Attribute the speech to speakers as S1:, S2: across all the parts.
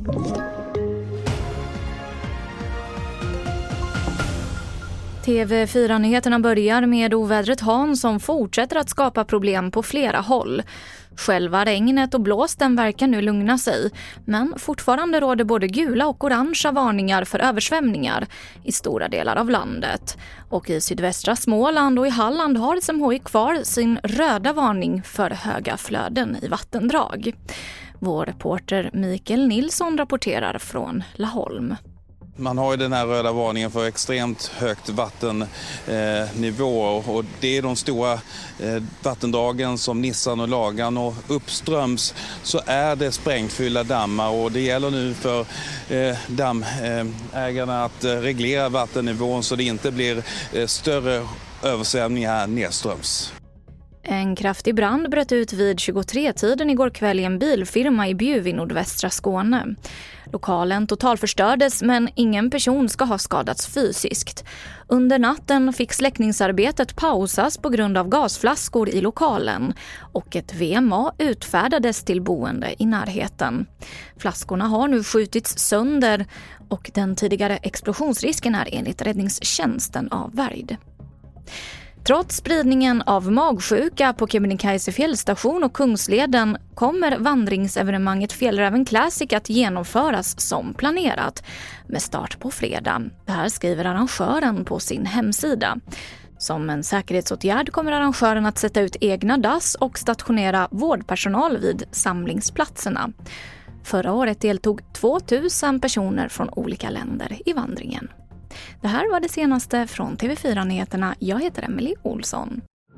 S1: TV4-nyheterna börjar med ovädret Hans som fortsätter att skapa problem på flera håll. Själva regnet och blåsten verkar nu lugna sig, men fortfarande råder både gula och orangea varningar för översvämningar i stora delar av landet. Och i sydvästra Småland och i Halland har SMHI kvar sin röda varning för höga flöden i vattendrag. Vår reporter Mikael Nilsson rapporterar från Laholm.
S2: Man har ju den här röda varningen för extremt högt vattennivå och det är de stora vattendragen som Nissan och Lagan, och uppströms så är det sprängfyllda dammar, och det gäller nu för dammägarna att reglera vattennivån så det inte blir större översvämningar nedströms.
S1: En kraftig brand bröt ut vid 23-tiden igår kväll i en bilfirma i Bjuv i nordvästra Skåne. Lokalen totalförstördes, men ingen person ska ha skadats fysiskt. Under natten fick släckningsarbetet pausas på grund av gasflaskor i lokalen och ett VMA utfärdades till boende i närheten. Flaskorna har nu skjutits sönder och den tidigare explosionsrisken är enligt räddningstjänsten avvärjd. Trots spridningen av magsjuka på Kebnekaise fjällstation och Kungsleden kommer vandringsevenemanget Fjällräven Classic att genomföras som planerat med start på fredag. Det här skriver arrangören på sin hemsida. Som en säkerhetsåtgärd kommer arrangören att sätta ut egna dass och stationera vårdpersonal vid samlingsplatserna. Förra året deltog 2000 personer från olika länder i vandringen. Det här var det senaste från TV4-nyheterna. Jag heter Emily Olsson.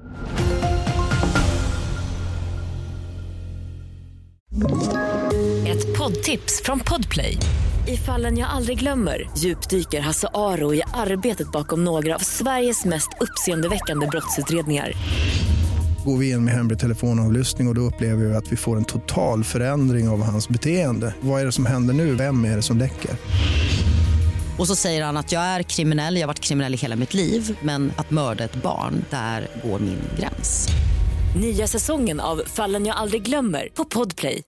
S3: Ett poddtips från Podplay. I Fallen jag aldrig glömmer djupdyker Hasse Aro i arbetet bakom några av Sveriges mest uppseendeväckande brottsutredningar.
S4: Går vi in med hemlig telefonavlyssning och då upplever vi att vi får en total förändring av hans beteende. Vad är det som händer nu? Vem är det som läcker?
S5: Och så säger han att jag är kriminell, jag har varit kriminell i hela mitt liv. Men att mörda ett barn, där går min gräns.
S3: Nya säsongen av Fallen jag aldrig glömmer på Podplay.